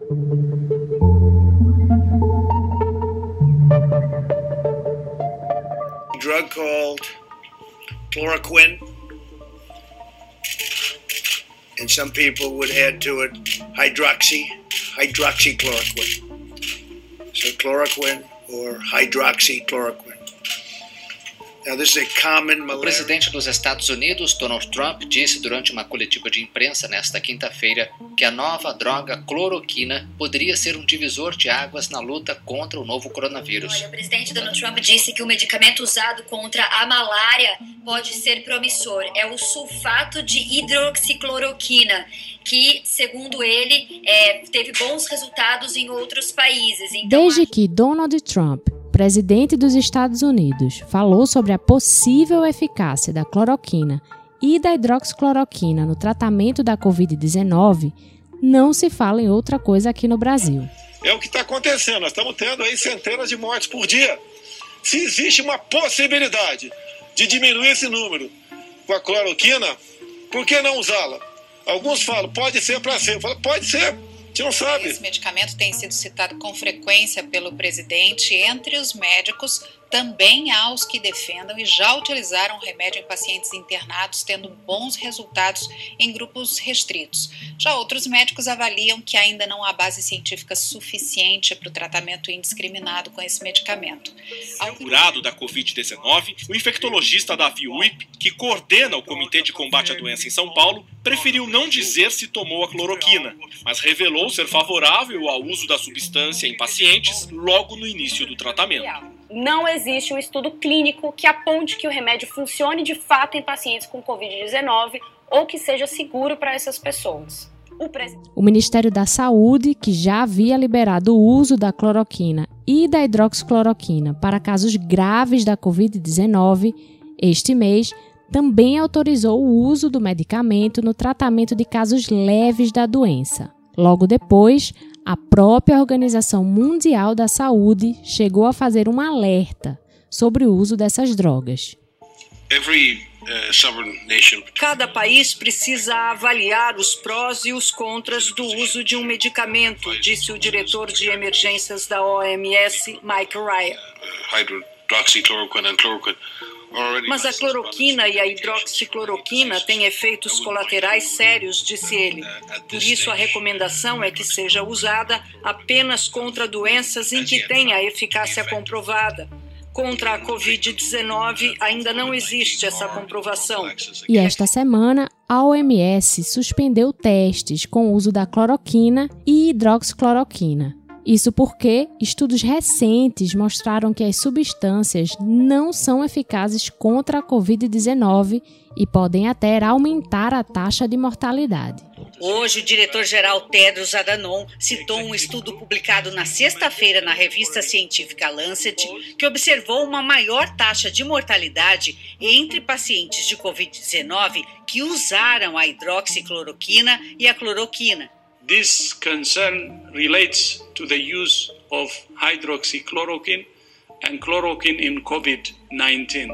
Drug called chloroquine, and some people would add to it hydroxychloroquine. So chloroquine or hydroxychloroquine. Now, this is a common malaria. O presidente dos Estados Unidos, Donald Trump, disse durante uma coletiva de imprensa nesta quinta-feira que a nova droga cloroquina poderia ser um divisor de águas na luta contra o novo coronavírus. Olha, o presidente Donald Trump disse que o medicamento usado contra a malária pode ser promissor. É o sulfato de hidroxicloroquina, que, segundo ele, teve bons resultados em outros países. Então, desde que Donald Trump, presidente dos Estados Unidos, falou sobre a possível eficácia da cloroquina e da hidroxicloroquina no tratamento da Covid-19, não se fala em outra coisa aqui no Brasil. É o que está acontecendo, nós estamos tendo aí centenas de mortes por dia. Se existe uma possibilidade de diminuir esse número com a cloroquina, por que não usá-la? Alguns falam, pode ser placebo. Falo, pode ser, a gente não sabe. Esse medicamento tem sido citado com frequência pelo presidente. Entre os médicos, também há os que defendam e já utilizaram o remédio em pacientes internados, tendo bons resultados em grupos restritos. Já outros médicos avaliam que ainda não há base científica suficiente para o tratamento indiscriminado com esse medicamento. Curado da Covid-19, o infectologista Davi Uip, que coordena o Comitê de Combate à Doença em São Paulo, preferiu não dizer se tomou a cloroquina, mas revelou ser favorável ao uso da substância em pacientes logo no início do tratamento. Não existe um estudo clínico que aponte que o remédio funcione de fato em pacientes com Covid-19 ou que seja seguro para essas pessoas. O Ministério da Saúde, que já havia liberado o uso da cloroquina e da hidroxicloroquina para casos graves da Covid-19, este mês também autorizou o uso do medicamento no tratamento de casos leves da doença. Logo depois, a própria Organização Mundial da Saúde chegou a fazer um alerta sobre o uso dessas drogas. Cada país precisa avaliar os prós e os contras do uso de um medicamento, disse o diretor de emergências da OMS, Mike Ryan. Mas a cloroquina e a hidroxicloroquina têm efeitos colaterais sérios, disse ele. Por isso, a recomendação é que seja usada apenas contra doenças em que tenha eficácia comprovada. Contra a Covid-19, ainda não existe essa comprovação. E esta semana, a OMS suspendeu testes com o uso da cloroquina e hidroxicloroquina. Isso porque estudos recentes mostraram que as substâncias não são eficazes contra a Covid-19 e podem até aumentar a taxa de mortalidade. Hoje, o diretor-geral Tedros Adhanom citou um estudo publicado na sexta-feira na revista científica Lancet, que observou uma maior taxa de mortalidade entre pacientes de Covid-19 que usaram a hidroxicloroquina e a cloroquina. This concern relates to the use of hydroxychloroquine and chloroquine in COVID-19.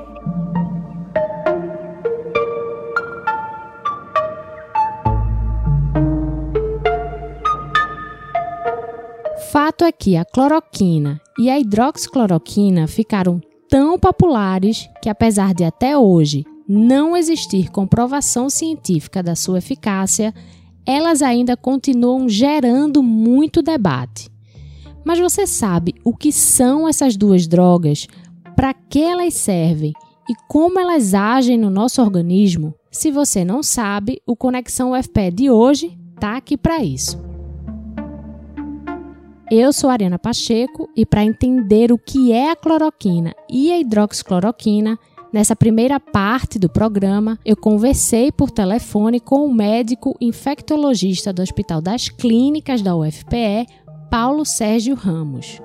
Fato é que a cloroquina e a hidroxicloroquina ficaram tão populares que, apesar de até hoje não existir comprovação científica da sua eficácia, elas ainda continuam gerando muito debate. Mas você sabe o que são essas duas drogas, para que elas servem e como elas agem no nosso organismo? Se você não sabe, o Conexão UFPE de hoje está aqui para isso. Eu sou a Ariana Pacheco e para entender o que é a cloroquina e a hidroxicloroquina, nessa primeira parte do programa, eu conversei por telefone com o médico infectologista do Hospital das Clínicas da UFPE, Paulo Sérgio Ramos.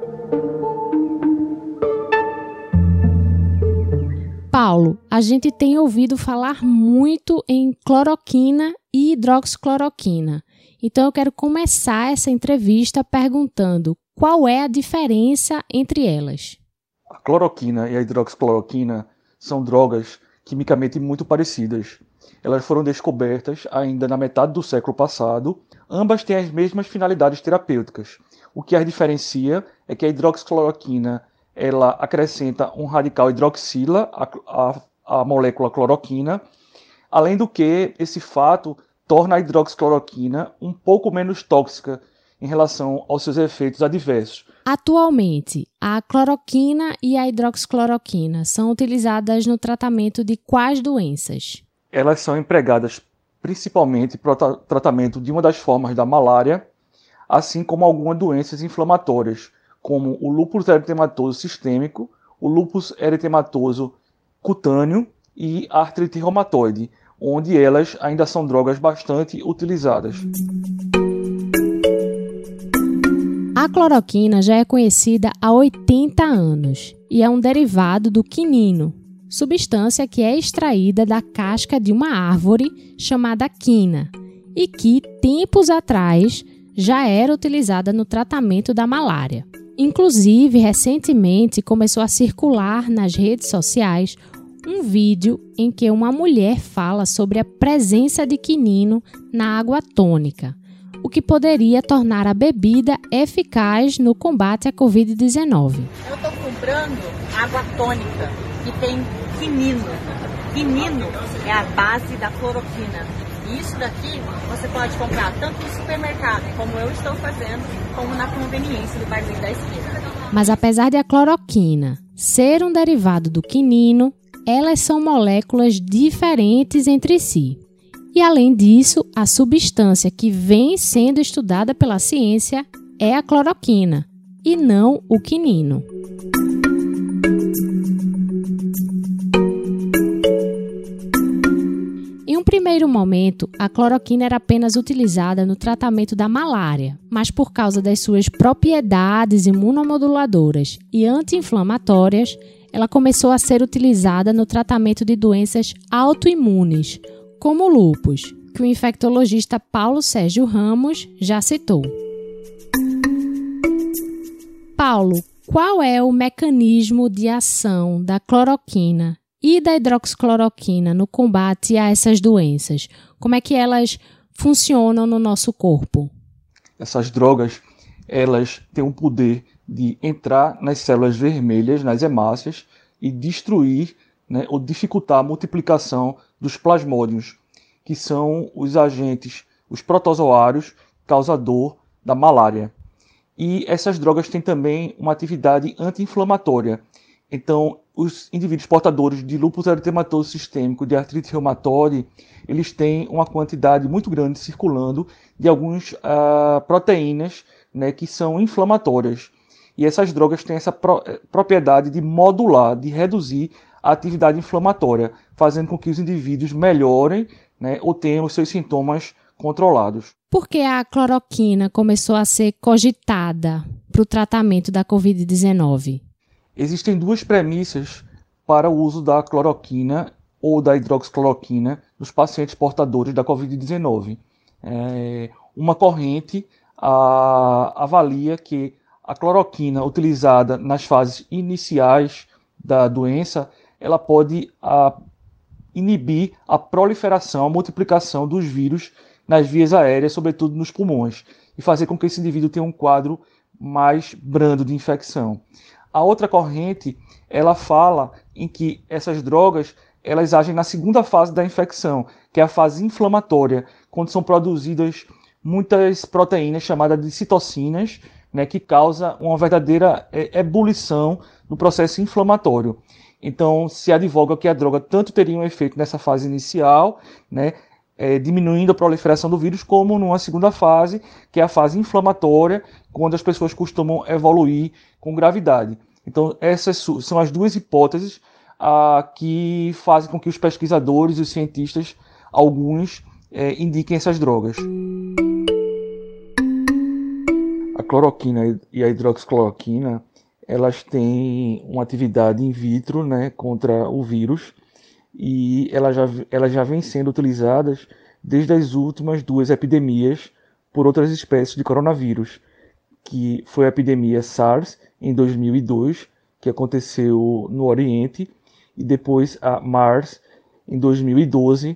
Paulo, a gente tem ouvido falar muito em cloroquina e hidroxicloroquina. Então eu quero começar essa entrevista perguntando qual é a diferença entre elas. A cloroquina e a hidroxicloroquina são drogas quimicamente muito parecidas. Elas foram descobertas ainda na metade do século passado. Ambas têm as mesmas finalidades terapêuticas. O que as diferencia é que a hidroxicloroquina ela acrescenta um radical hidroxila à molécula cloroquina, além do que esse fato torna a hidroxicloroquina um pouco menos tóxica em relação aos seus efeitos adversos. Atualmente, a cloroquina e a hidroxicloroquina são utilizadas no tratamento de quais doenças? Elas são empregadas principalmente para o tratamento de uma das formas da malária, assim como algumas doenças inflamatórias, como o lúpus eritematoso sistêmico, o lúpus eritematoso cutâneo e a artrite reumatoide, onde elas ainda são drogas bastante utilizadas. A cloroquina já é conhecida há 80 anos e é um derivado do quinino, substância que é extraída da casca de uma árvore chamada quina e que, tempos atrás, já era utilizada no tratamento da malária. Inclusive, recentemente começou a circular nas redes sociais um vídeo em que uma mulher fala sobre a presença de quinino na água tônica, o que poderia tornar a bebida eficaz no combate à Covid-19. Eu estou comprando água tônica que tem quinino. Quinino é a base da cloroquina. E isso daqui você pode comprar tanto no supermercado, como eu estou fazendo, como na conveniência do barzinho da esquina. Mas apesar de a cloroquina ser um derivado do quinino, elas são moléculas diferentes entre si. E além disso, a substância que vem sendo estudada pela ciência é a cloroquina, e não o quinino. Em um primeiro momento, a cloroquina era apenas utilizada no tratamento da malária, mas por causa das suas propriedades imunomoduladoras e anti-inflamatórias, ela começou a ser utilizada no tratamento de doenças autoimunes, como o lúpus, que o infectologista Paulo Sérgio Ramos já citou. Paulo, qual é o mecanismo de ação da cloroquina e da hidroxicloroquina no combate a essas doenças? Como é que elas funcionam no nosso corpo? Essas drogas, elas têm o poder de entrar nas células vermelhas, nas hemácias, e destruir, ou dificultar a multiplicação dos plasmódios, que são os agentes, os protozoários causador da malária. E essas drogas têm também uma atividade anti-inflamatória. Então, os indivíduos portadores de lúpus eritematoso sistêmico, de artrite reumatoide, eles têm uma quantidade muito grande circulando de algumas proteínas, que são inflamatórias. E essas drogas têm essa propriedade de modular, de reduzir a atividade inflamatória, fazendo com que os indivíduos melhorem, ou tenham os seus sintomas controlados. Por que a cloroquina começou a ser cogitada para o tratamento da Covid-19? Existem duas premissas para o uso da cloroquina ou da hidroxicloroquina nos pacientes portadores da Covid-19. Uma corrente avalia que a cloroquina utilizada nas fases iniciais da doença, ela pode inibir a proliferação, a multiplicação dos vírus nas vias aéreas, sobretudo nos pulmões, e fazer com que esse indivíduo tenha um quadro mais brando de infecção. A outra corrente, ela fala em que essas drogas, elas agem na segunda fase da infecção, que é a fase inflamatória, quando são produzidas muitas proteínas chamadas de citocinas, que causa uma verdadeira ebulição no processo inflamatório. Então, se advoga que a droga tanto teria um efeito nessa fase inicial, diminuindo a proliferação do vírus, como numa segunda fase, que é a fase inflamatória, quando as pessoas costumam evoluir com gravidade. Então, essas são as duas hipóteses que fazem com que os pesquisadores e os cientistas, alguns, indiquem essas drogas. A cloroquina e a hidroxicloroquina, elas têm uma atividade in vitro, contra o vírus, e elas já vêm sendo utilizadas desde as últimas duas epidemias por outras espécies de coronavírus, que foi a epidemia SARS em 2002, que aconteceu no Oriente, e depois a MERS em 2012,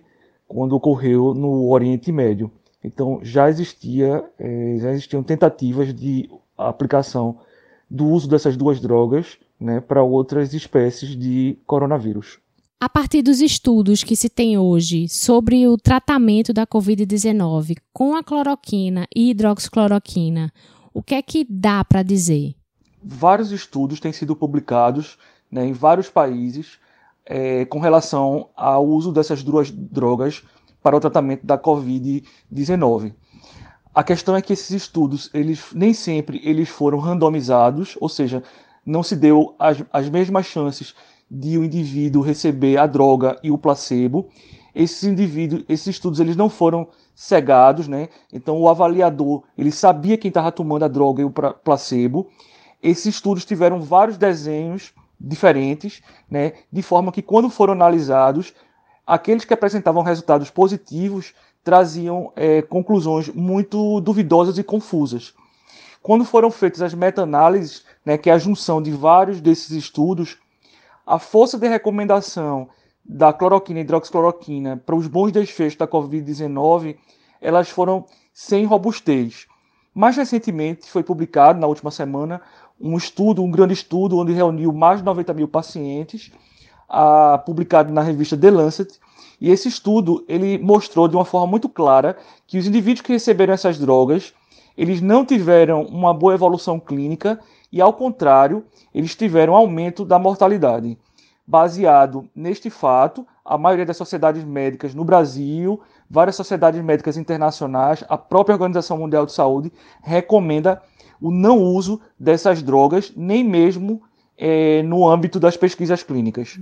quando ocorreu no Oriente Médio. Então já existiam tentativas de aplicação do uso dessas duas drogas, né, para outras espécies de coronavírus. A partir dos estudos que se tem hoje sobre o tratamento da Covid-19 com a cloroquina e hidroxicloroquina, o que é que dá para dizer? Vários estudos têm sido publicados, né, em vários países com relação ao uso dessas duas drogas para o tratamento da Covid-19. A questão é que esses estudos, nem sempre foram randomizados, ou seja, não se deu as mesmas chances de o indivíduo receber a droga e o placebo. Esses estudos eles não foram cegados, né? Então o avaliador ele sabia quem estava tomando a droga e o placebo. Esses estudos tiveram vários desenhos diferentes, né? De forma que quando foram analisados, aqueles que apresentavam resultados positivos traziam conclusões muito duvidosas e confusas. Quando foram feitas as meta-análises, né, que é a junção de vários desses estudos, a força de recomendação da cloroquina e hidroxicloroquina para os bons desfechos da Covid-19, elas foram sem robustez. Mais recentemente, foi publicado, na última semana, um grande estudo, onde reuniu mais de 90 mil pacientes, publicado na revista The Lancet, e esse estudo ele mostrou de uma forma muito clara que os indivíduos que receberam essas drogas, eles não tiveram uma boa evolução clínica e, ao contrário, eles tiveram aumento da mortalidade. Baseado neste fato, a maioria das sociedades médicas no Brasil, várias sociedades médicas internacionais, a própria Organização Mundial de Saúde recomenda o não uso dessas drogas, nem mesmo no âmbito das pesquisas clínicas.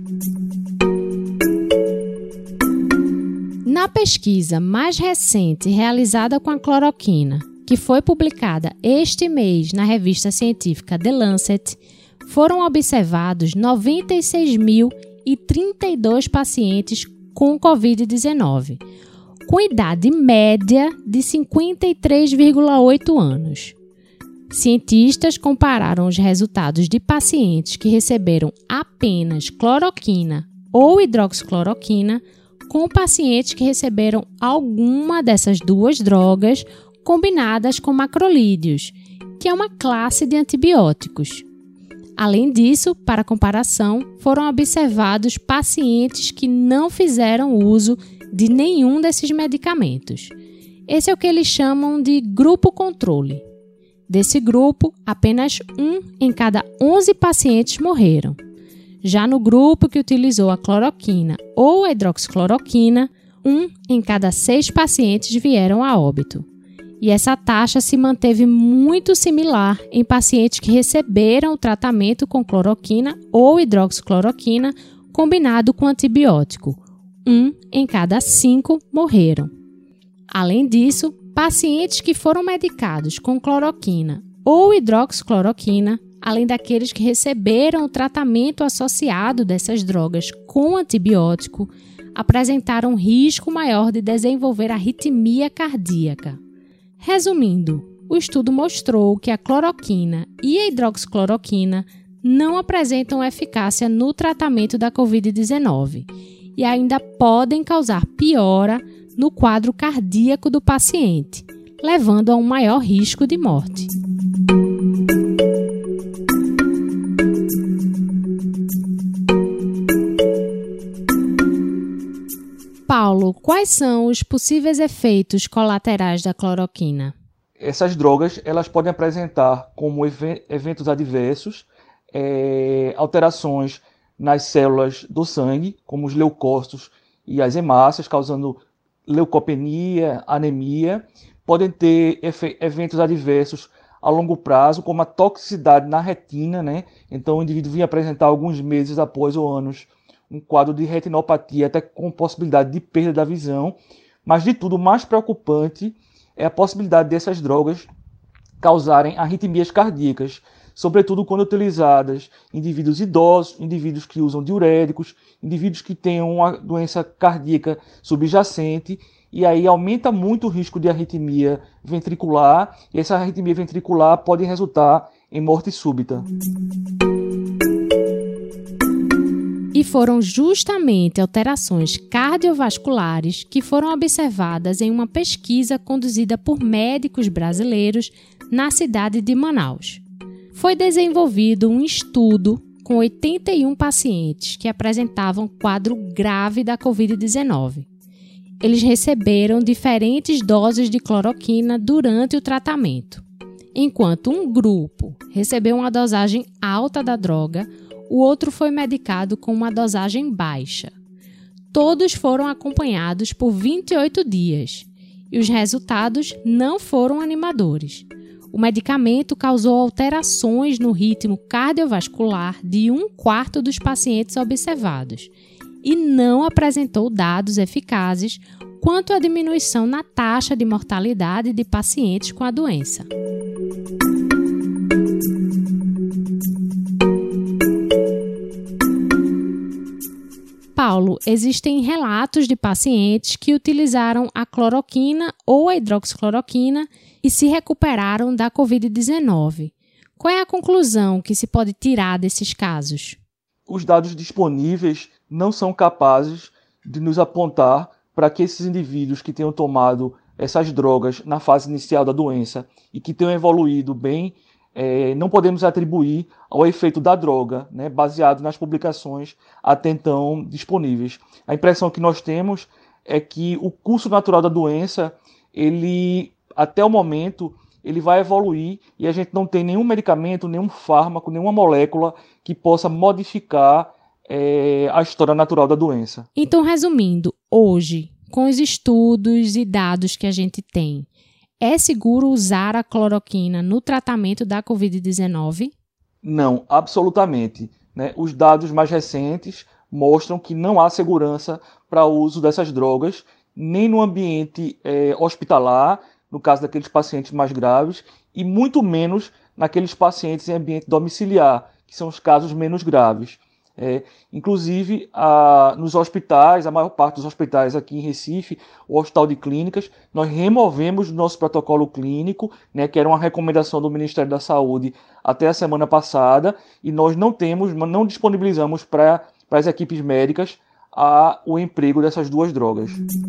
Na pesquisa mais recente realizada com a cloroquina, que foi publicada este mês na revista científica The Lancet, foram observados 96.032 pacientes com Covid-19, com idade média de 53,8 anos. Cientistas compararam os resultados de pacientes que receberam apenas cloroquina ou hidroxicloroquina com pacientes que receberam alguma dessas duas drogas combinadas com macrolídeos, que é uma classe de antibióticos. Além disso, para comparação, foram observados pacientes que não fizeram uso de nenhum desses medicamentos. Esse é o que eles chamam de grupo controle. Desse grupo, apenas 1 em cada 11 pacientes morreram. Já no grupo que utilizou a cloroquina ou a hidroxicloroquina, 1 em cada 6 pacientes vieram a óbito. E essa taxa se manteve muito similar em pacientes que receberam o tratamento com cloroquina ou hidroxicloroquina combinado com antibiótico. 1 em cada 5 morreram. Além disso, pacientes que foram medicados com cloroquina ou hidroxicloroquina, além daqueles que receberam o tratamento associado dessas drogas com antibiótico, apresentaram risco maior de desenvolver arritmia cardíaca. Resumindo, o estudo mostrou que a cloroquina e a hidroxicloroquina não apresentam eficácia no tratamento da Covid-19 e ainda podem causar piora no quadro cardíaco do paciente, levando a um maior risco de morte. Paulo, quais são os possíveis efeitos colaterais da cloroquina? Essas drogas elas podem apresentar como eventos adversos alterações nas células do sangue, como os leucócitos e as hemácias, causando leucopenia, anemia. Podem ter eventos adversos a longo prazo, como a toxicidade na retina, né? Então o indivíduo vinha apresentar alguns meses após ou anos um quadro de retinopatia, até com possibilidade de perda da visão. Mas de tudo, o mais preocupante é a possibilidade dessas drogas causarem arritmias cardíacas, sobretudo quando utilizadas em indivíduos idosos, indivíduos que usam diuréticos, indivíduos que têm uma doença cardíaca subjacente, e aí aumenta muito o risco de arritmia ventricular, e essa arritmia ventricular pode resultar em morte súbita. E foram justamente alterações cardiovasculares que foram observadas em uma pesquisa conduzida por médicos brasileiros na cidade de Manaus. Foi desenvolvido um estudo com 81 pacientes que apresentavam quadro grave da Covid-19. Eles receberam diferentes doses de cloroquina durante o tratamento. Enquanto um grupo recebeu uma dosagem alta da droga, o outro foi medicado com uma dosagem baixa. Todos foram acompanhados por 28 dias e os resultados não foram animadores. O medicamento causou alterações no ritmo cardiovascular de 1/4 dos pacientes observados e não apresentou dados eficazes quanto à diminuição na taxa de mortalidade de pacientes com a doença. Paulo, existem relatos de pacientes que utilizaram a cloroquina ou a hidroxicloroquina e se recuperaram da Covid-19. Qual é a conclusão que se pode tirar desses casos? Os dados disponíveis não são capazes de nos apontar para que esses indivíduos que tenham tomado essas drogas na fase inicial da doença e que tenham evoluído bem, não podemos atribuir ao efeito da droga, né, baseado nas publicações até então disponíveis. A impressão que nós temos é que o curso natural da doença, até o momento, ele vai evoluir e a gente não tem nenhum medicamento, nenhum fármaco, nenhuma molécula que possa modificar a história natural da doença. Então, resumindo, hoje, com os estudos e dados que a gente tem, é seguro usar a cloroquina no tratamento da Covid-19? Não, absolutamente. Né? Os dados mais recentes mostram que não há segurança para o uso dessas drogas, nem no ambiente hospitalar, no caso daqueles pacientes mais graves, e muito menos naqueles pacientes em ambiente domiciliar, que são os casos menos graves. Inclusive, nos hospitais, a maior parte dos hospitais aqui em Recife, o Hospital de Clínicas, nós removemos do nosso protocolo clínico, né, que era uma recomendação do Ministério da Saúde até a semana passada, e nós não disponibilizamos para as equipes médicas o emprego dessas duas drogas.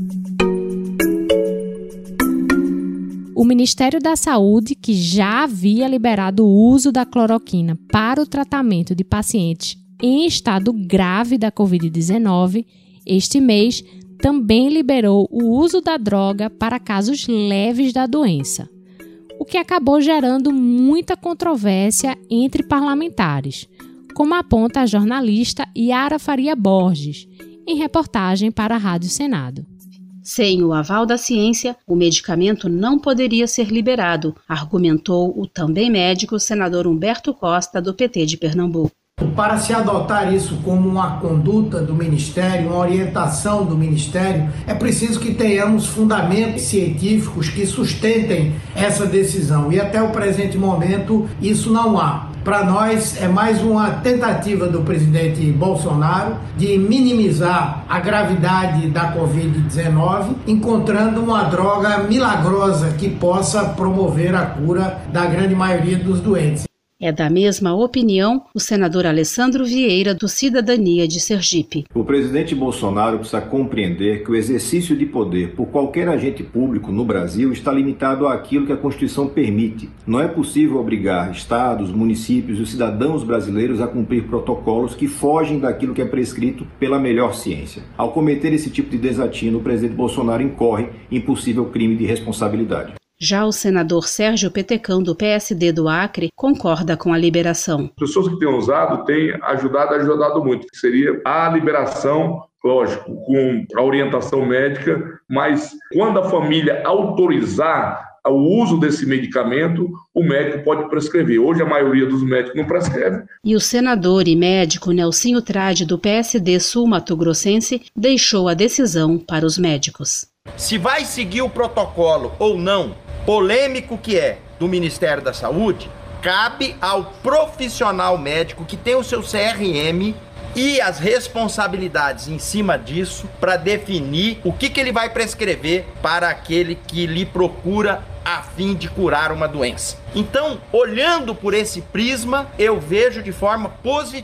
O Ministério da Saúde, que já havia liberado o uso da cloroquina para o tratamento de pacientes em estado grave da Covid-19, este mês também liberou o uso da droga para casos leves da doença, o que acabou gerando muita controvérsia entre parlamentares, como aponta a jornalista Yara Faria Borges, em reportagem para a Rádio Senado. Sem o aval da ciência, o medicamento não poderia ser liberado, argumentou o também médico senador Humberto Costa, do PT de Pernambuco. Para se adotar isso como uma conduta do Ministério, uma orientação do Ministério, é preciso que tenhamos fundamentos científicos que sustentem essa decisão. E até o presente momento, isso não há. Para nós, é mais uma tentativa do presidente Bolsonaro de minimizar a gravidade da Covid-19, encontrando uma droga milagrosa que possa promover a cura da grande maioria dos doentes. É da mesma opinião o senador Alessandro Vieira, do Cidadania de Sergipe. O presidente Bolsonaro precisa compreender que o exercício de poder por qualquer agente público no Brasil está limitado àquilo que a Constituição permite. Não é possível obrigar estados, municípios e os cidadãos brasileiros a cumprir protocolos que fogem daquilo que é prescrito pela melhor ciência. Ao cometer esse tipo de desatino, o presidente Bolsonaro incorre em possível crime de responsabilidade. Já o senador Sérgio Petecão, do PSD do Acre, concorda com a liberação. As pessoas que têm usado têm ajudado muito, que seria a liberação, lógico, com a orientação médica, mas quando a família autorizar o uso desse medicamento, o médico pode prescrever. Hoje a maioria dos médicos não prescreve. E o senador e médico Nelsinho Trade, do PSD sul-mato-grossense, deixou a decisão para os médicos. Se vai seguir o protocolo ou não, polêmico que é, do Ministério da Saúde, cabe ao profissional médico que tem o seu CRM e as responsabilidades em cima disso para definir o que ele vai prescrever para aquele que lhe procura a fim de curar uma doença. Então, olhando por esse prisma, eu vejo de forma positiva.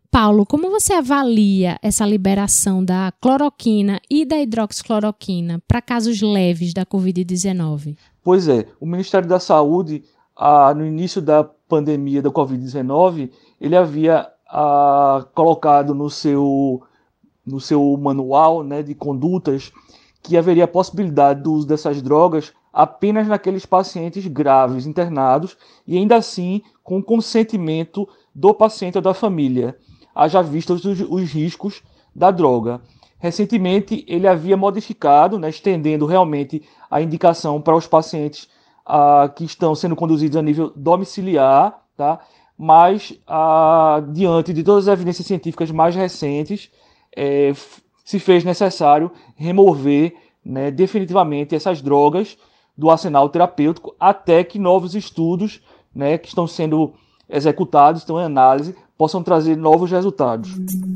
Paulo, como você avalia essa liberação da cloroquina e da hidroxicloroquina para casos leves da Covid-19? Pois é, o Ministério da Saúde, no início da pandemia da Covid-19, ele havia colocado no seu manual, né, de condutas que haveria a possibilidade do uso dessas drogas apenas naqueles pacientes graves internados e ainda assim com consentimento do paciente ou da família, haja vistos os riscos da droga. Recentemente, ele havia modificado, né, estendendo realmente a indicação para os pacientes que estão sendo conduzidos a nível domiciliar, tá? Mas, diante de todas as evidências científicas mais recentes, se fez necessário remover, né, definitivamente essas drogas do arsenal terapêutico até que novos estudos, né, que estão sendo executados, estão em análise, possam trazer novos resultados.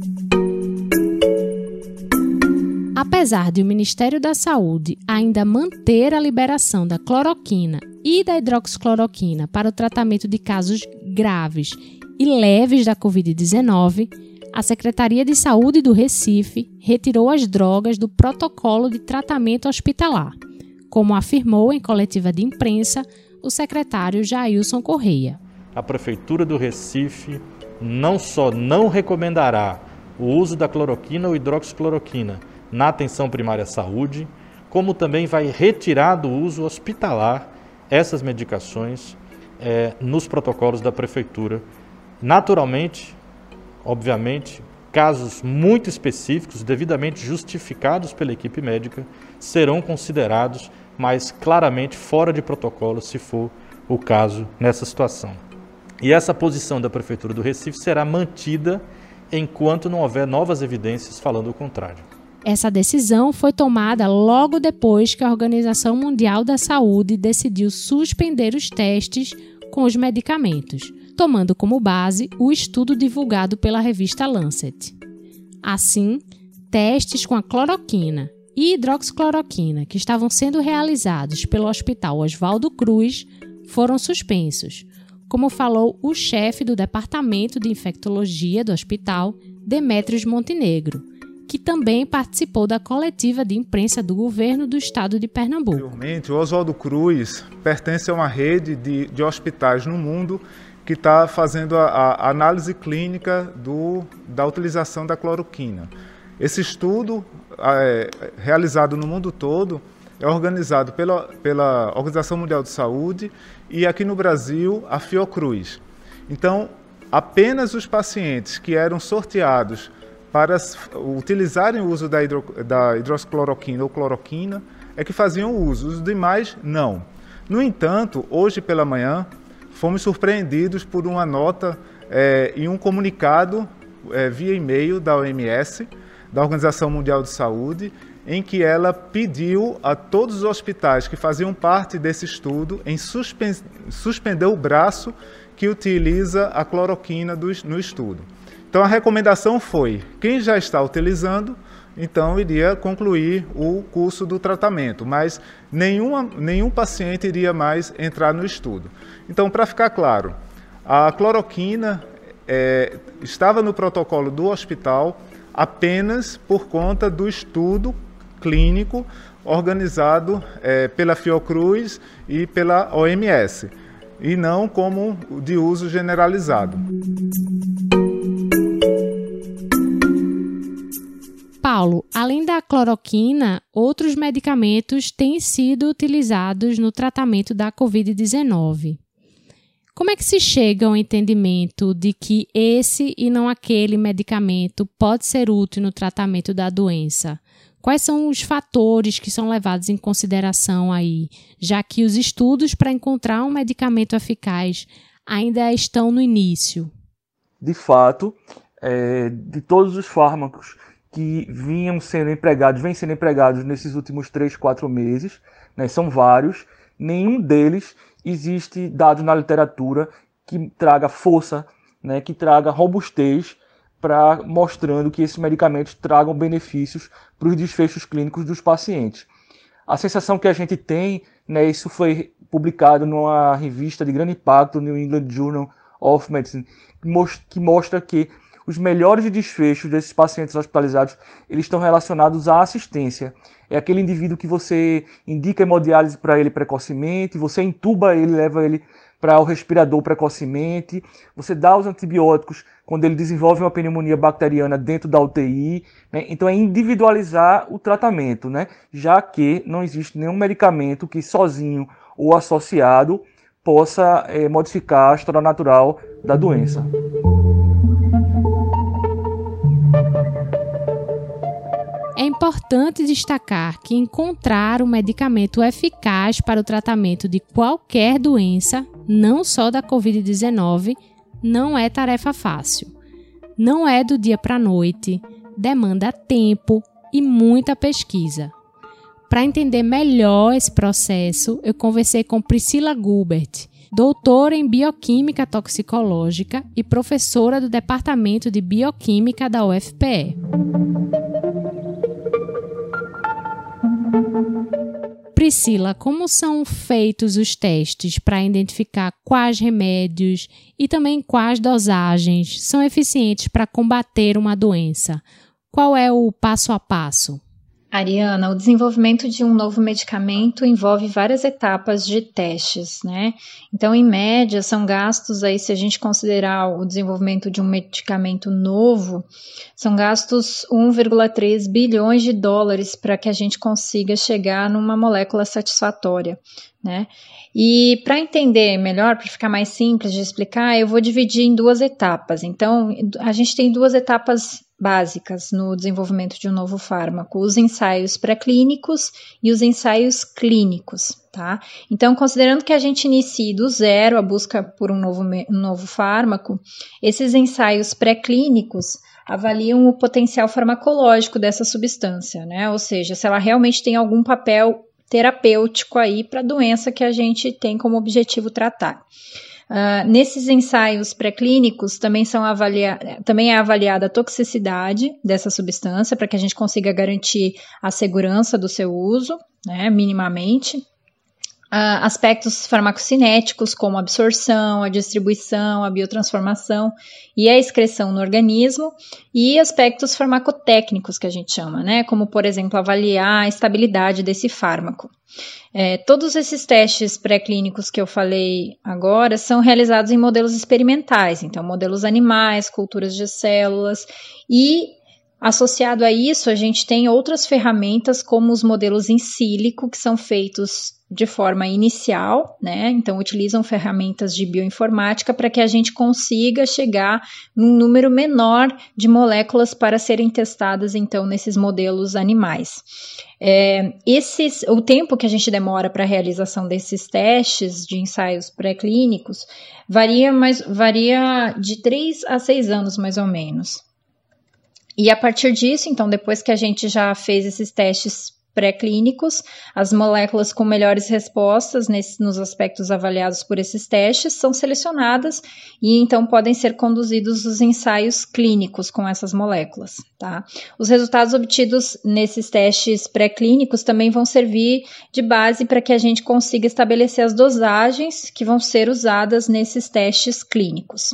Apesar de o Ministério da Saúde ainda manter a liberação da cloroquina e da hidroxicloroquina para o tratamento de casos graves e leves da Covid-19, a Secretaria de Saúde do Recife retirou as drogas do protocolo de tratamento hospitalar, como afirmou em coletiva de imprensa o secretário Jailson Correia. A Prefeitura do Recife não só não recomendará o uso da cloroquina ou hidroxicloroquina na atenção primária à saúde, como também vai retirar do uso hospitalar essas medicações nos protocolos da Prefeitura. Naturalmente, obviamente, casos muito específicos, devidamente justificados pela equipe médica, serão considerados, mas claramente fora de protocolo, se for o caso nessa situação. E essa posição da Prefeitura do Recife será mantida enquanto não houver novas evidências falando o contrário. Essa decisão foi tomada logo depois que a Organização Mundial da Saúde decidiu suspender os testes com os medicamentos, tomando como base o estudo divulgado pela revista Lancet. Assim, testes com a cloroquina e hidroxicloroquina que estavam sendo realizados pelo Hospital Oswaldo Cruz foram suspensos, como falou o chefe do Departamento de Infectologia do hospital, Demétrios Montenegro, que também participou da coletiva de imprensa do governo do estado de Pernambuco. O Oswaldo Cruz pertence a uma rede de hospitais no mundo que está fazendo a análise clínica da utilização da cloroquina. Esse estudo, realizado no mundo todo, é organizado pela Organização Mundial de Saúde e aqui no Brasil, a Fiocruz. Então, apenas os pacientes que eram sorteados para utilizarem o uso da hidroxicloroquina ou cloroquina é que faziam uso, os demais não. No entanto, hoje pela manhã, fomos surpreendidos por uma nota e um comunicado via e-mail da OMS, da Organização Mundial de Saúde, em que ela pediu a todos os hospitais que faziam parte desse estudo em suspender o braço que utiliza a cloroquina no estudo. Então a recomendação foi, quem já está utilizando, então iria concluir o curso do tratamento, mas nenhum paciente iria mais entrar no estudo. Então, para ficar claro, a cloroquina estava no protocolo do hospital apenas por conta do estudo clínico organizado pela Fiocruz e pela OMS, e não como de uso generalizado. Paulo, além da cloroquina, outros medicamentos têm sido utilizados no tratamento da Covid-19. Como é que se chega ao entendimento de que esse e não aquele medicamento pode ser útil no tratamento da doença? Quais são os fatores que são levados em consideração aí, já que os estudos para encontrar um medicamento eficaz ainda estão no início? De fato, de todos os fármacos que vêm sendo empregados nesses últimos 3, 4 meses, né, são vários, nenhum deles existe dado na literatura que traga força, né, que traga robustez para mostrando que esses medicamentos tragam benefícios para os desfechos clínicos dos pacientes. A sensação que a gente tem, né, isso foi publicado numa revista de grande impacto, New England Journal of Medicine, que mostra que os melhores desfechos desses pacientes hospitalizados, eles estão relacionados à assistência. É aquele indivíduo que você indica hemodiálise para ele precocemente, você intuba ele, leva ele para o respirador precocemente, você dá os antibióticos quando ele desenvolve uma pneumonia bacteriana dentro da UTI, né? Então é individualizar o tratamento, né? Já que não existe nenhum medicamento que sozinho ou associado possa modificar a história natural da doença. É importante destacar que encontrar um medicamento eficaz para o tratamento de qualquer doença, não só da Covid-19, não é tarefa fácil. Não é do dia para a noite, demanda tempo e muita pesquisa. Para entender melhor esse processo, eu conversei com Priscila Gubert, doutora em Bioquímica Toxicológica e professora do Departamento de Bioquímica da UFPE. Priscila, como são feitos os testes para identificar quais remédios e também quais dosagens são eficientes para combater uma doença? Qual é o passo a passo? Ariana, o desenvolvimento de um novo medicamento envolve várias etapas de testes, né? Então, em média, são gastos aí, se a gente considerar o desenvolvimento de um medicamento novo, são gastos 1,3 bilhões de dólares para que a gente consiga chegar numa molécula satisfatória, né? E para entender melhor, para ficar mais simples de explicar, eu vou dividir em duas etapas. Então, a gente tem duas etapas básicas no desenvolvimento de um novo fármaco, os ensaios pré-clínicos e os ensaios clínicos, tá? Então, considerando que a gente inicie do zero a busca por um novo fármaco, esses ensaios pré-clínicos avaliam o potencial farmacológico dessa substância, né? Ou seja, se ela realmente tem algum papel terapêutico aí para a doença que a gente tem como objetivo tratar. Nesses ensaios pré-clínicos também é avaliada a toxicidade dessa substância para que a gente consiga garantir a segurança do seu uso, né, minimamente. Aspectos farmacocinéticos como a absorção, a distribuição, a biotransformação e a excreção no organismo, e aspectos farmacotécnicos que a gente chama, né, como por exemplo avaliar a estabilidade desse fármaco. Todos esses testes pré-clínicos que eu falei agora são realizados em modelos experimentais, então modelos animais, culturas de células, e associado a isso a gente tem outras ferramentas como os modelos in silico, que são feitos de forma inicial, né? Então utilizam ferramentas de bioinformática para que a gente consiga chegar num número menor de moléculas para serem testadas então nesses modelos animais. O tempo que a gente demora para a realização desses testes de ensaios pré-clínicos varia de 3 a 6 anos mais ou menos. E a partir disso, então, depois que a gente já fez esses testes pré-clínicos, as moléculas com melhores respostas nos aspectos avaliados por esses testes são selecionadas e então podem ser conduzidos os ensaios clínicos com essas moléculas, tá? Os resultados obtidos nesses testes pré-clínicos também vão servir de base para que a gente consiga estabelecer as dosagens que vão ser usadas nesses testes clínicos.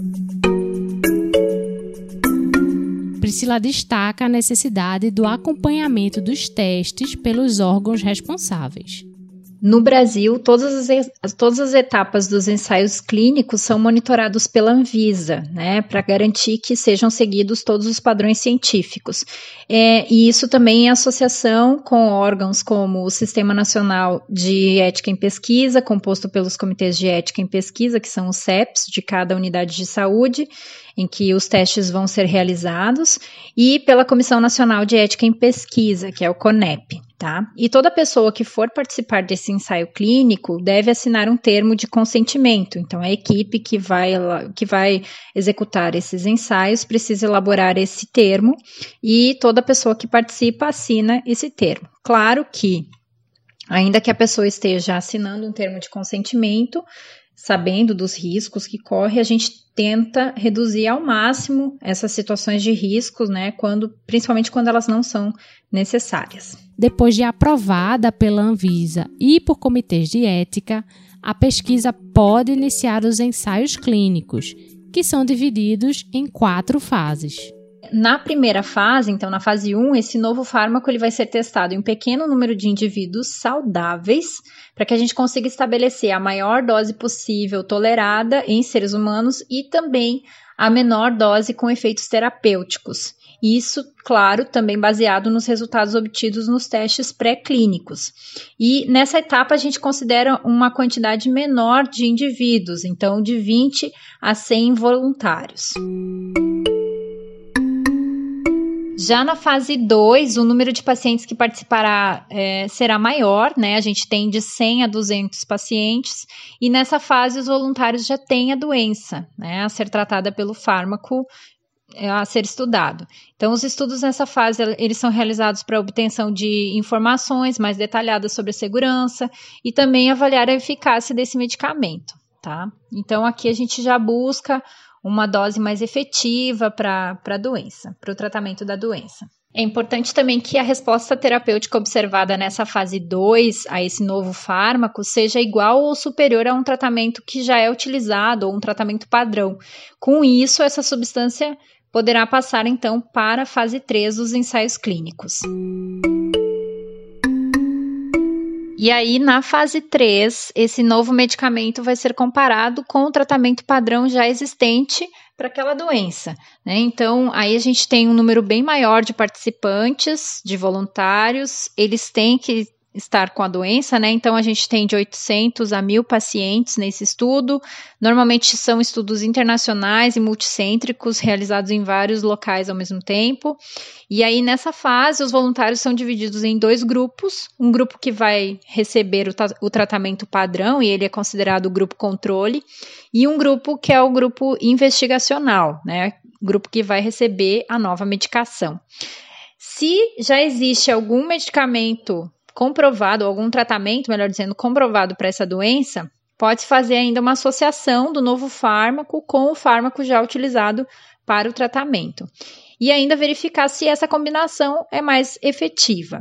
Priscila destaca a necessidade do acompanhamento dos testes pelos órgãos responsáveis. No Brasil, todas as etapas dos ensaios clínicos são monitorados pela Anvisa, né, para garantir que sejam seguidos todos os padrões científicos. E isso também em associação com órgãos como o Sistema Nacional de Ética em Pesquisa, composto pelos Comitês de Ética em Pesquisa, que são os CEPs de cada unidade de saúde, em que os testes vão ser realizados, e pela Comissão Nacional de Ética em Pesquisa, que é o CONEP, tá? E toda pessoa que for participar desse ensaio clínico deve assinar um termo de consentimento. Então, a equipe que vai executar esses ensaios precisa elaborar esse termo e toda pessoa que participa assina esse termo. Claro que, ainda que a pessoa esteja assinando um termo de consentimento, sabendo dos riscos que corre, a gente tenta reduzir ao máximo essas situações de riscos, né, principalmente quando elas não são necessárias. Depois de aprovada pela Anvisa e por comitês de ética, a pesquisa pode iniciar os ensaios clínicos, que são divididos em 4 fases. Na primeira fase, então na fase 1, esse novo fármaco ele vai ser testado em um pequeno número de indivíduos saudáveis, para que a gente consiga estabelecer a maior dose possível tolerada em seres humanos e também a menor dose com efeitos terapêuticos. Isso, claro, também baseado nos resultados obtidos nos testes pré-clínicos. E nessa etapa a gente considera uma quantidade menor de indivíduos, então de 20 a 100 voluntários. Já na fase 2, o número de pacientes que participará será maior, né? A gente tem de 100 a 200 pacientes, e nessa fase os voluntários já têm a doença, né, a ser tratada pelo fármaco a ser estudado. Então, os estudos nessa fase, eles são realizados para obtenção de informações mais detalhadas sobre a segurança e também avaliar a eficácia desse medicamento, tá? Então, aqui a gente já busca uma dose mais efetiva para a doença, para o tratamento da doença. É importante também que a resposta terapêutica observada nessa fase 2 a esse novo fármaco seja igual ou superior a um tratamento que já é utilizado ou um tratamento padrão. Com isso, essa substância poderá passar então para a fase 3 dos ensaios clínicos. E aí, na fase 3, esse novo medicamento vai ser comparado com o tratamento padrão já existente para aquela doença, né? Então, aí a gente tem um número bem maior de participantes, de voluntários, eles têm que estar com a doença, né? Então, a gente tem de 800 a 1.000 pacientes nesse estudo. Normalmente são estudos internacionais e multicêntricos, realizados em vários locais ao mesmo tempo. E aí, nessa fase, os voluntários são divididos em 2 grupos. Um grupo que vai receber o tratamento padrão, e ele é considerado o grupo controle, e um grupo que é o grupo investigacional, né? O grupo que vai receber a nova medicação. Se já existe algum medicamento comprovado, ou algum tratamento, melhor dizendo, comprovado para essa doença, pode-se fazer ainda uma associação do novo fármaco com o fármaco já utilizado para o tratamento. E ainda verificar se essa combinação é mais efetiva.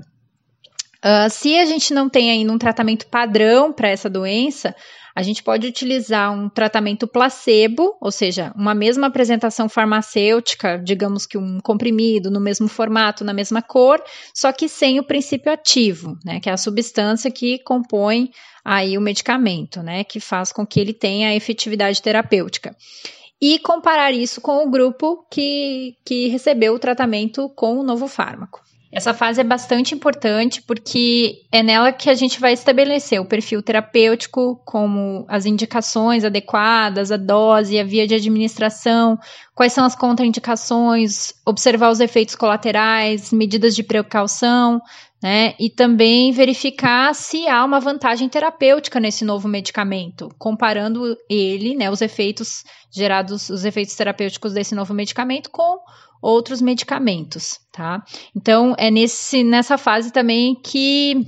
Se a gente não tem ainda um tratamento padrão para essa doença, a gente pode utilizar um tratamento placebo, ou seja, uma mesma apresentação farmacêutica, digamos que um comprimido no mesmo formato, na mesma cor, só que sem o princípio ativo, né, que é a substância que compõe aí o medicamento, né, que faz com que ele tenha a efetividade terapêutica. E comparar isso com o grupo que recebeu o tratamento com o novo fármaco. Essa fase é bastante importante porque é nela que a gente vai estabelecer o perfil terapêutico, como as indicações adequadas, a dose, a via de administração, quais são as contraindicações, observar os efeitos colaterais, medidas de precaução, né? E também verificar se há uma vantagem terapêutica nesse novo medicamento, comparando ele, né, os efeitos gerados, os efeitos terapêuticos desse novo medicamento com outros medicamentos, tá? Então, é nessa fase também que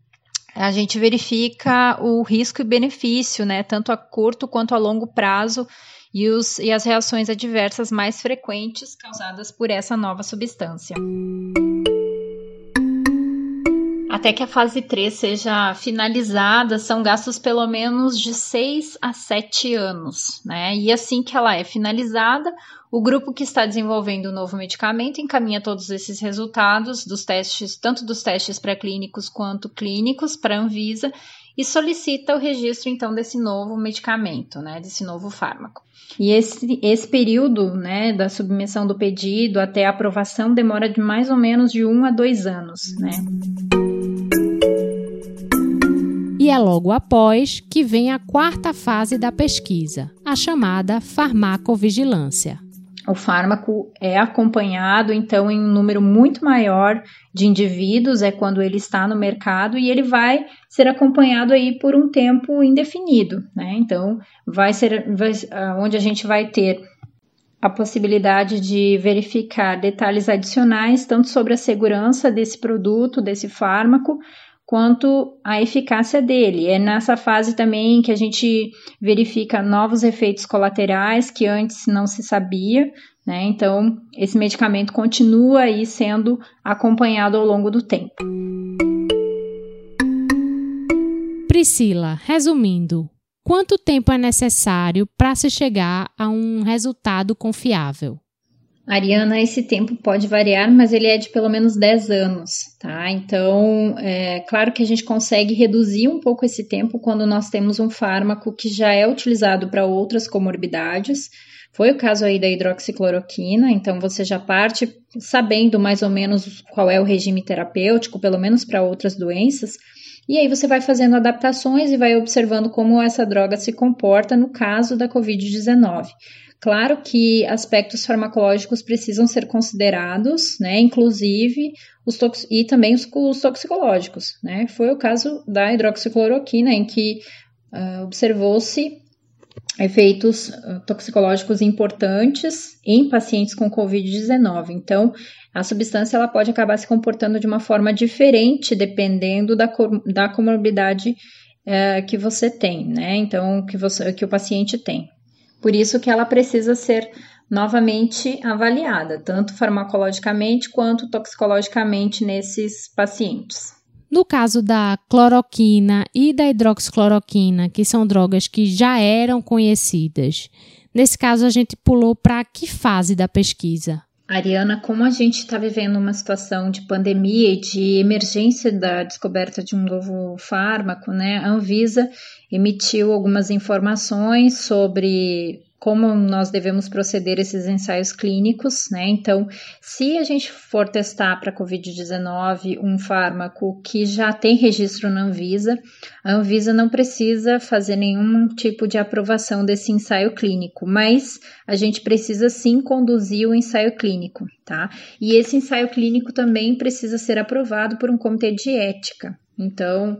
a gente verifica o risco e benefício, né? Tanto a curto quanto a longo prazo e as reações adversas mais frequentes causadas por essa nova substância. Até que a fase 3 seja finalizada, são gastos pelo menos de 6 a 7 anos, né? E assim que ela é finalizada, o grupo que está desenvolvendo o novo medicamento encaminha todos esses resultados dos testes, tanto dos testes pré-clínicos quanto clínicos, para a Anvisa e solicita o registro, então, desse novo medicamento, né? Desse novo fármaco. E esse período, né, da submissão do pedido até a aprovação demora de mais ou menos de 1 a 2 anos, né? E é logo após que vem a 4ª fase da pesquisa, a chamada farmacovigilância. O fármaco é acompanhado, então, em um número muito maior de indivíduos, é quando ele está no mercado, e ele vai ser acompanhado aí por um tempo indefinido, né? Então, onde a gente vai ter a possibilidade de verificar detalhes adicionais, tanto sobre a segurança desse produto, desse fármaco, quanto a eficácia dele. É nessa fase também que a gente verifica novos efeitos colaterais que antes não se sabia, né? Então, esse medicamento continua aí sendo acompanhado ao longo do tempo. Priscila, resumindo, quanto tempo é necessário para se chegar a um resultado confiável? Ariana, esse tempo pode variar, mas ele é de pelo menos 10 anos, tá? Então, é claro que a gente consegue reduzir um pouco esse tempo quando nós temos um fármaco que já é utilizado para outras comorbidades. Foi o caso aí da hidroxicloroquina, então você já parte sabendo mais ou menos qual é o regime terapêutico, pelo menos para outras doenças, e aí você vai fazendo adaptações e vai observando como essa droga se comporta no caso da Covid-19. Claro que aspectos farmacológicos precisam ser considerados, né, inclusive e também os toxicológicos, né? Foi o caso da hidroxicloroquina, em que observou-se efeitos toxicológicos importantes em pacientes com Covid-19. Então, a substância ela pode acabar se comportando de uma forma diferente dependendo da comorbidade que você tem, né? Então, que o paciente tem. Por isso que ela precisa ser novamente avaliada, tanto farmacologicamente quanto toxicologicamente nesses pacientes. No caso da cloroquina e da hidroxicloroquina, que são drogas que já eram conhecidas, nesse caso a gente pulou para que fase da pesquisa? Ariana, como a gente está vivendo uma situação de pandemia e de emergência da descoberta de um novo fármaco, né, a Anvisa emitiu algumas informações sobre como nós devemos proceder esses ensaios clínicos, né? Então, se a gente for testar para Covid-19 um fármaco que já tem registro na Anvisa, a Anvisa não precisa fazer nenhum tipo de aprovação desse ensaio clínico, mas a gente precisa sim conduzir o ensaio clínico, tá? E esse ensaio clínico também precisa ser aprovado por um comitê de ética. Então,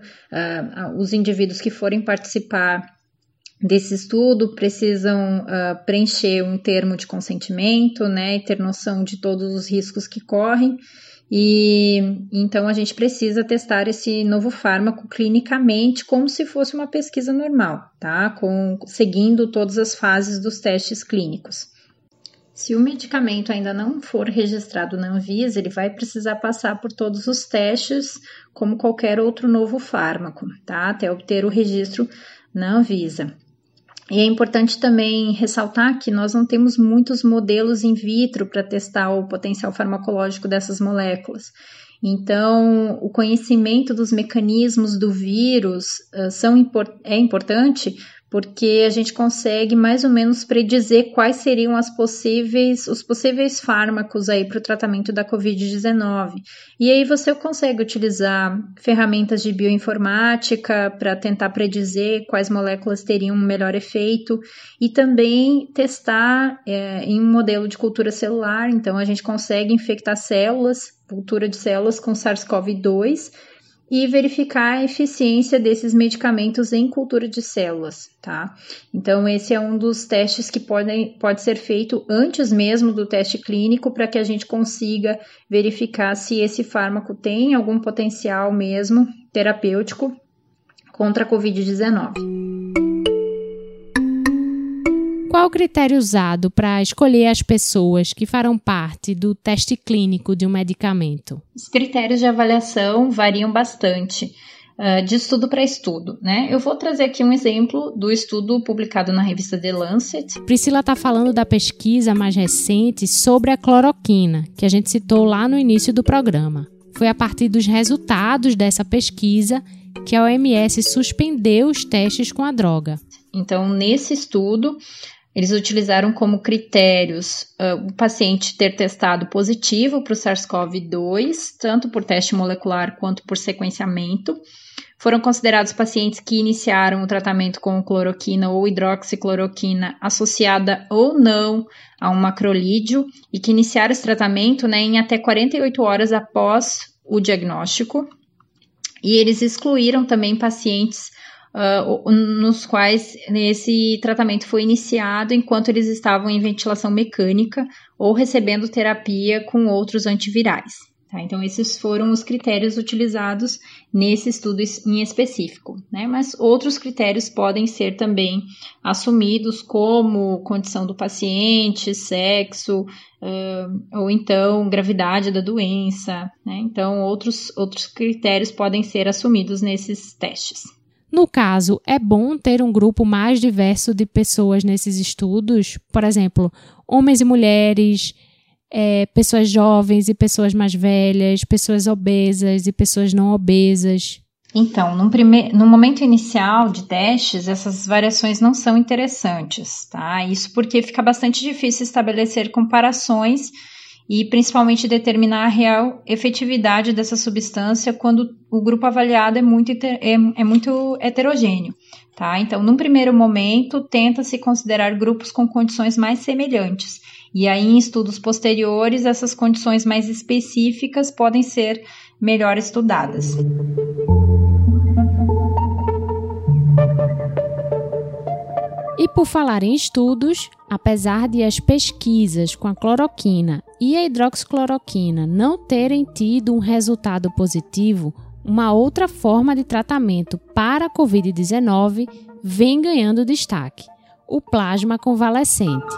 os indivíduos que forem participar desse estudo precisam preencher um termo de consentimento, né, e ter noção de todos os riscos que correm, e então a gente precisa testar esse novo fármaco clinicamente como se fosse uma pesquisa normal, tá, seguindo todas as fases dos testes clínicos. Se o medicamento ainda não for registrado na Anvisa, ele vai precisar passar por todos os testes como qualquer outro novo fármaco, tá, até obter o registro na Anvisa. E é importante também ressaltar que nós não temos muitos modelos in vitro para testar o potencial farmacológico dessas moléculas. Então, o conhecimento dos mecanismos do vírus é importante porque a gente consegue mais ou menos predizer quais seriam os possíveis fármacos aí para o tratamento da Covid-19. E aí você consegue utilizar ferramentas de bioinformática para tentar predizer quais moléculas teriam um melhor efeito e também testar em um modelo de cultura celular. Então, a gente consegue infectar cultura de células com SARS-CoV-2 e verificar a eficiência desses medicamentos em cultura de células, tá? Então, esse é um dos testes que pode ser feito antes mesmo do teste clínico para que a gente consiga verificar se esse fármaco tem algum potencial mesmo terapêutico contra a Covid-19. Qual o critério usado para escolher as pessoas que farão parte do teste clínico de um medicamento? Os critérios de avaliação variam bastante, de estudo para estudo, né? Eu vou trazer aqui um exemplo do estudo publicado na revista The Lancet. Priscila está falando da pesquisa mais recente sobre a cloroquina, que a gente citou lá no início do programa. Foi a partir dos resultados dessa pesquisa que a OMS suspendeu os testes com a droga. Então, nesse estudo, eles utilizaram como critérios o paciente ter testado positivo para o SARS-CoV-2, tanto por teste molecular quanto por sequenciamento. Foram considerados pacientes que iniciaram o tratamento com cloroquina ou hidroxicloroquina associada ou não a um macrolídeo e que iniciaram esse tratamento, né, em até 48 horas após o diagnóstico. E eles excluíram também pacientes nos quais esse tratamento foi iniciado enquanto eles estavam em ventilação mecânica ou recebendo terapia com outros antivirais. Tá? Então, esses foram os critérios utilizados nesse estudo em específico, né? Mas outros critérios podem ser também assumidos, como condição do paciente, sexo, ou então gravidade da doença, né? Então, outros critérios podem ser assumidos nesses testes. No caso, é bom ter um grupo mais diverso de pessoas nesses estudos, por exemplo, homens e mulheres, pessoas jovens e pessoas mais velhas, pessoas obesas e pessoas não obesas. Então, no momento inicial de testes, essas variações não são interessantes, tá? Isso porque fica bastante difícil estabelecer comparações e principalmente determinar a real efetividade dessa substância quando o grupo avaliado é muito heterogêneo, tá? Então, num primeiro momento, tenta-se considerar grupos com condições mais semelhantes, e aí em estudos posteriores, essas condições mais específicas podem ser melhor estudadas. E por falar em estudos, apesar de as pesquisas com a cloroquina e a hidroxicloroquina não terem tido um resultado positivo, uma outra forma de tratamento para a Covid-19 vem ganhando destaque: o plasma convalescente.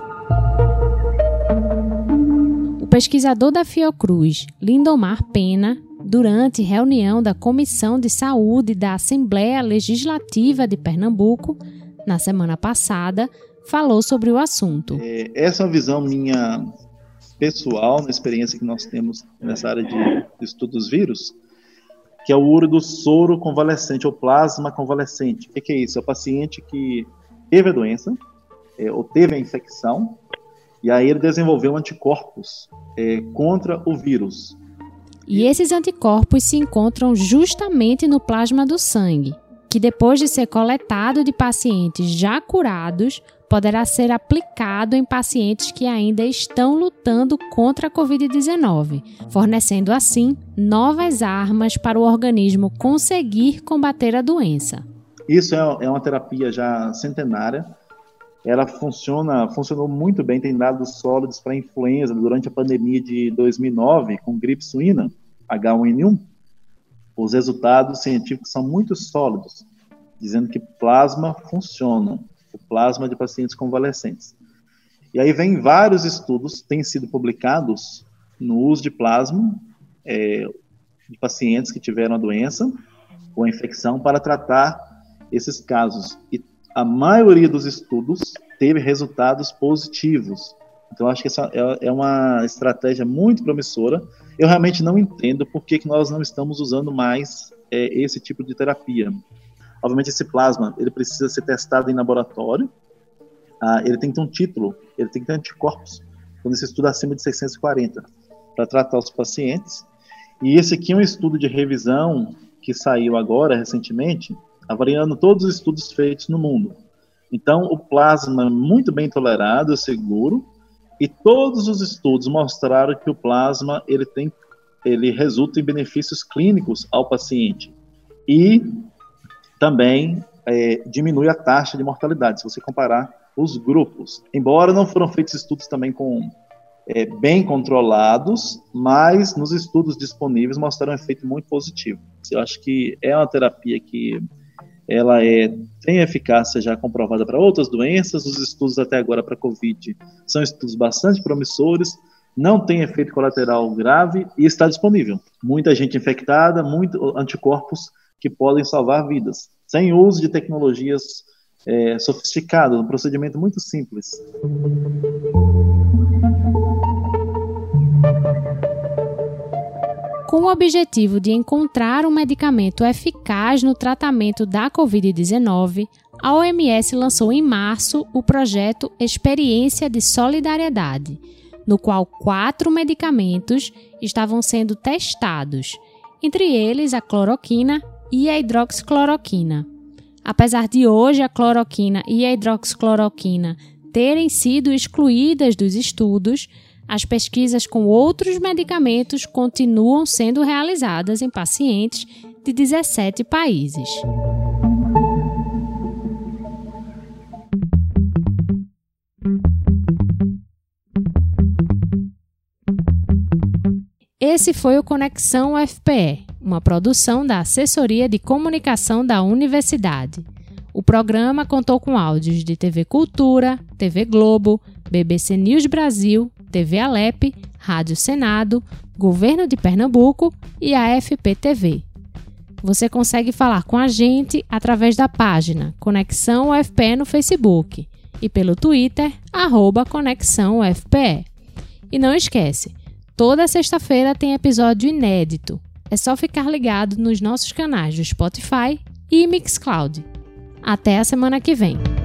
O pesquisador da Fiocruz, Lindomar Pena, durante reunião da Comissão de Saúde da Assembleia Legislativa de Pernambuco, na semana passada, falou sobre o assunto. Essa é uma visão minha pessoal, na experiência que nós temos nessa área de estudo dos vírus, que é o uso do soro convalescente, ou plasma convalescente. O que é isso? É o paciente que teve a doença, ou teve a infecção, e aí ele desenvolveu anticorpos contra o vírus. E esses anticorpos se encontram justamente no plasma do sangue, que depois de ser coletado de pacientes já curados, poderá ser aplicado em pacientes que ainda estão lutando contra a Covid-19, fornecendo assim novas armas para o organismo conseguir combater a doença. Isso é uma terapia já centenária. Ela funcionou muito bem, tem dados sólidos para influenza durante a pandemia de 2009, com gripe suína, H1N1. Os resultados científicos são muito sólidos, dizendo que plasma funciona, o plasma de pacientes convalescentes. E aí vem vários estudos, têm sido publicados no uso de plasma de pacientes que tiveram a doença ou a infecção para tratar esses casos. E a maioria dos estudos teve resultados positivos. Então, acho que essa é uma estratégia muito promissora. Eu realmente não entendo por que nós não estamos usando mais esse tipo de terapia. Obviamente, esse plasma ele precisa ser testado em laboratório. Ele tem que ter um título, ele tem que ter anticorpos, quando esse estudo é acima de 640, para tratar os pacientes. E esse aqui é um estudo de revisão que saiu agora, recentemente, avaliando todos os estudos feitos no mundo. Então, o plasma é muito bem tolerado, seguro, e todos os estudos mostraram que o plasma ele resulta em benefícios clínicos ao paciente. E também diminui a taxa de mortalidade, se você comparar os grupos. Embora não foram feitos estudos também bem controlados, mas nos estudos disponíveis mostraram um efeito muito positivo. Eu acho que é uma terapia que ela tem eficácia já comprovada para outras doenças. Os estudos até agora para Covid são estudos bastante promissores, não tem efeito colateral grave e está disponível. Muita gente infectada, muitos anticorpos que podem salvar vidas, sem uso de tecnologias sofisticadas, um procedimento muito simples. Com o objetivo de encontrar um medicamento eficaz no tratamento da Covid-19, a OMS lançou em março o projeto Experiência de Solidariedade, no qual 4 medicamentos estavam sendo testados, entre eles a cloroquina e a hidroxicloroquina. Apesar de hoje a cloroquina e a hidroxicloroquina terem sido excluídas dos estudos, as pesquisas com outros medicamentos continuam sendo realizadas em pacientes de 17 países. Esse foi o Conexão UFPE, uma produção da Assessoria de Comunicação da Universidade. O programa contou com áudios de TV Cultura, TV Globo, BBC News Brasil, TV Alep, Rádio Senado, Governo de Pernambuco e a AFP TV. Você consegue falar com a gente através da página Conexão UFPE no Facebook e pelo Twitter, @Conexão UFPE. E não esquece, toda sexta-feira tem episódio inédito. É só ficar ligado nos nossos canais do Spotify e Mixcloud. Até a semana que vem!